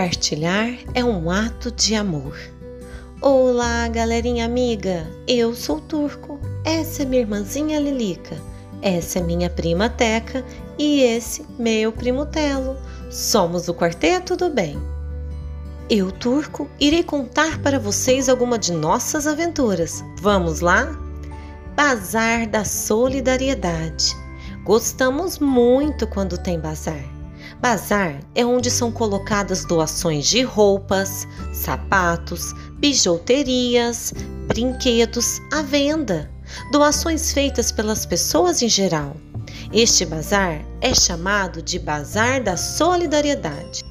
Compartilhar é um ato de amor. Olá, galerinha amiga! Eu sou o Turco, essa é minha irmãzinha Lilica, essa é minha prima Teca e esse meu primo Telo. Somos o Quarteto do Bem. Eu, Turco, irei contar para vocês alguma de nossas aventuras. Vamos lá? Bazar da Solidariedade. Gostamos muito quando tem bazar. Bazar é onde são colocadas doações de roupas, sapatos, bijuterias, brinquedos à venda. Doações feitas pelas pessoas em geral. Este bazar é chamado de Bazar da Solidariedade.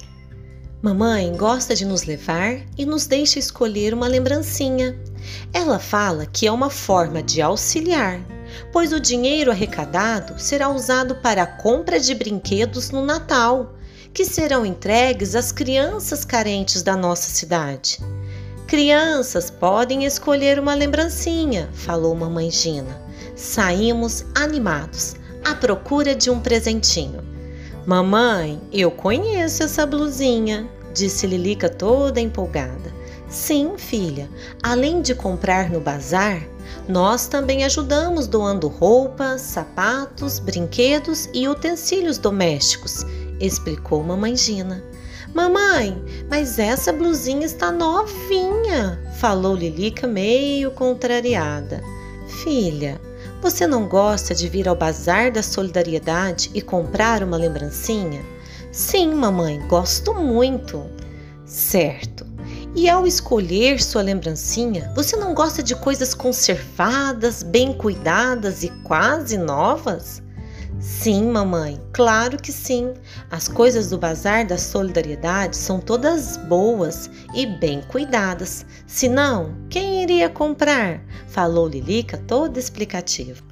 Mamãe gosta de nos levar e nos deixa escolher uma lembrancinha. Ela fala que é uma forma de auxiliar, pois o dinheiro arrecadado será usado para a compra de brinquedos no Natal, que serão entregues às crianças carentes da nossa cidade. Crianças podem escolher uma lembrancinha, falou mamãe Gina. Saímos animados, à procura de um presentinho. Mamãe, eu conheço essa blusinha, disse Lilica toda empolgada. Sim, filha, além de comprar no bazar, nós também ajudamos doando roupas, sapatos, brinquedos e utensílios domésticos, explicou mamãe Gina. Mamãe, mas essa blusinha está novinha, falou Lilica meio contrariada. Filha, você não gosta de vir ao Bazar da Solidariedade e comprar uma lembrancinha? Sim, mamãe, gosto muito. Certo. E ao escolher sua lembrancinha, você não gosta de coisas conservadas, bem cuidadas e quase novas? Sim, mamãe, claro que sim. As coisas do Bazar da Solidariedade são todas boas e bem cuidadas. Senão, quem iria comprar? Falou Lilica toda explicativa.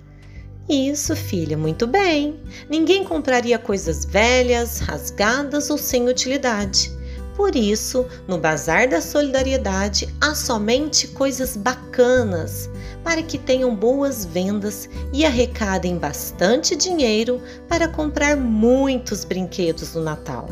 Isso, filha, muito bem. Ninguém compraria coisas velhas, rasgadas ou sem utilidade. Por isso, no Bazar da Solidariedade há somente coisas bacanas, para que tenham boas vendas e arrecadem bastante dinheiro para comprar muitos brinquedos no Natal.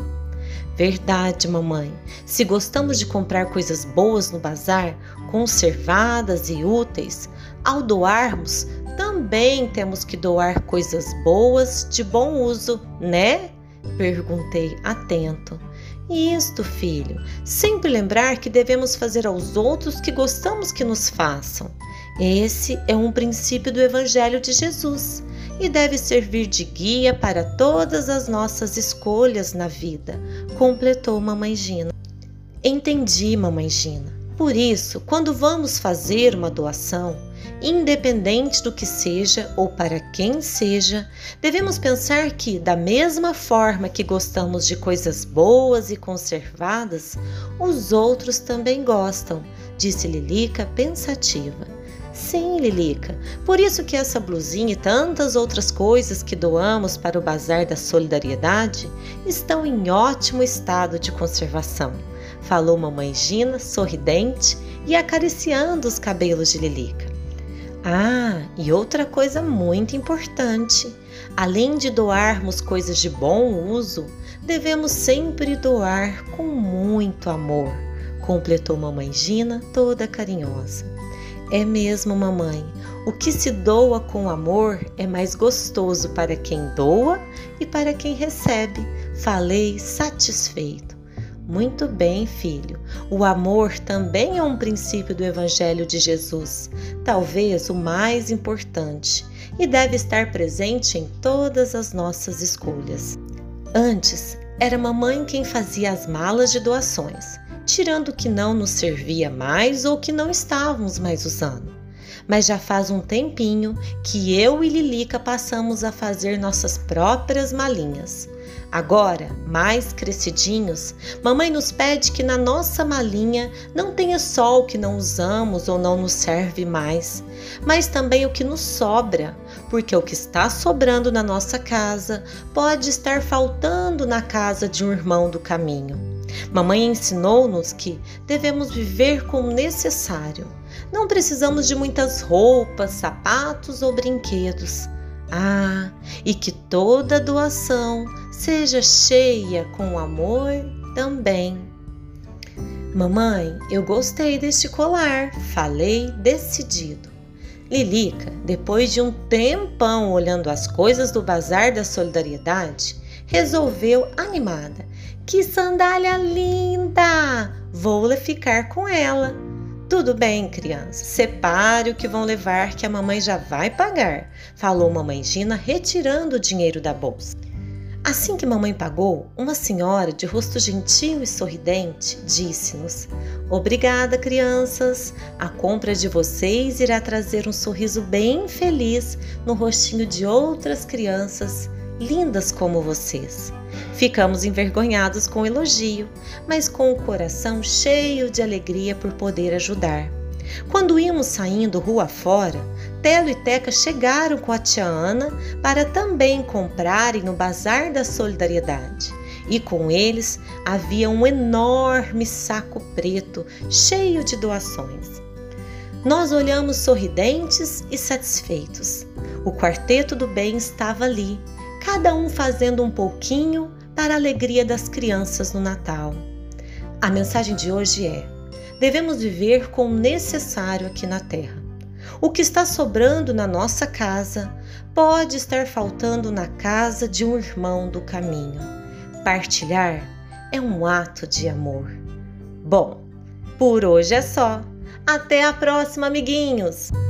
Verdade, mamãe. Se gostamos de comprar coisas boas no bazar, conservadas e úteis, ao doarmos, também temos que doar coisas boas de bom uso, né? Perguntei atento. Isto, filho, sempre lembrar que devemos fazer aos outros que gostamos que nos façam. Esse é um princípio do Evangelho de Jesus e deve servir de guia para todas as nossas escolhas na vida, completou mamãe Gina. Entendi, mamãe Gina. Por isso, quando vamos fazer uma doação, independente do que seja ou para quem seja, devemos pensar que, da mesma forma que gostamos de coisas boas e conservadas, os outros também gostam, disse Lilica pensativa. Sim, Lilica, por isso que essa blusinha e tantas outras coisas que doamos para o Bazar da Solidariedade estão em ótimo estado de conservação, falou mamãe Gina, sorridente e acariciando os cabelos de Lilica. Ah, e outra coisa muito importante, além de doarmos coisas de bom uso, devemos sempre doar com muito amor, completou mamãe Gina toda carinhosa. É mesmo, mamãe, o que se doa com amor é mais gostoso para quem doa e para quem recebe, falei satisfeito. Muito bem, filho. O amor também é um princípio do Evangelho de Jesus, talvez o mais importante, e deve estar presente em todas as nossas escolhas. Antes, era mamãe quem fazia as malas de doações, tirando o que não nos servia mais ou que não estávamos mais usando. Mas já faz um tempinho que eu e Lilica passamos a fazer nossas próprias malinhas. Agora, mais crescidinhos, mamãe nos pede que na nossa malinha não tenha só o que não usamos ou não nos serve mais, mas também o que nos sobra, porque o que está sobrando na nossa casa pode estar faltando na casa de um irmão do caminho. Mamãe ensinou-nos que devemos viver com o necessário. Não precisamos de muitas roupas, sapatos ou brinquedos. Ah, e que toda doação seja cheia com amor também. Mamãe, eu gostei deste colar, falei decidido. Lilica, depois de um tempão olhando as coisas do Bazar da Solidariedade, resolveu animada. Que sandália linda! Vou ficar com ela. Tudo bem, criança, separe o que vão levar que a mamãe já vai pagar, falou mamãe Gina, retirando o dinheiro da bolsa. Assim que mamãe pagou, uma senhora de rosto gentil e sorridente disse-nos: Obrigada, crianças, a compra de vocês irá trazer um sorriso bem feliz no rostinho de outras crianças lindas como vocês. Ficamos envergonhados com o elogio, mas com o coração cheio de alegria por poder ajudar. Quando íamos saindo rua fora, Telo e Teca chegaram com a tia Ana para também comprarem no Bazar da Solidariedade. E com eles havia um enorme saco preto cheio de doações. Nós olhamos sorridentes e satisfeitos. O quarteto do bem estava ali, cada um fazendo um pouquinho para a alegria das crianças no Natal. A mensagem de hoje é: devemos viver com o necessário aqui na Terra. O que está sobrando na nossa casa pode estar faltando na casa de um irmão do caminho. Partilhar é um ato de amor. Bom, por hoje é só. Até a próxima, amiguinhos!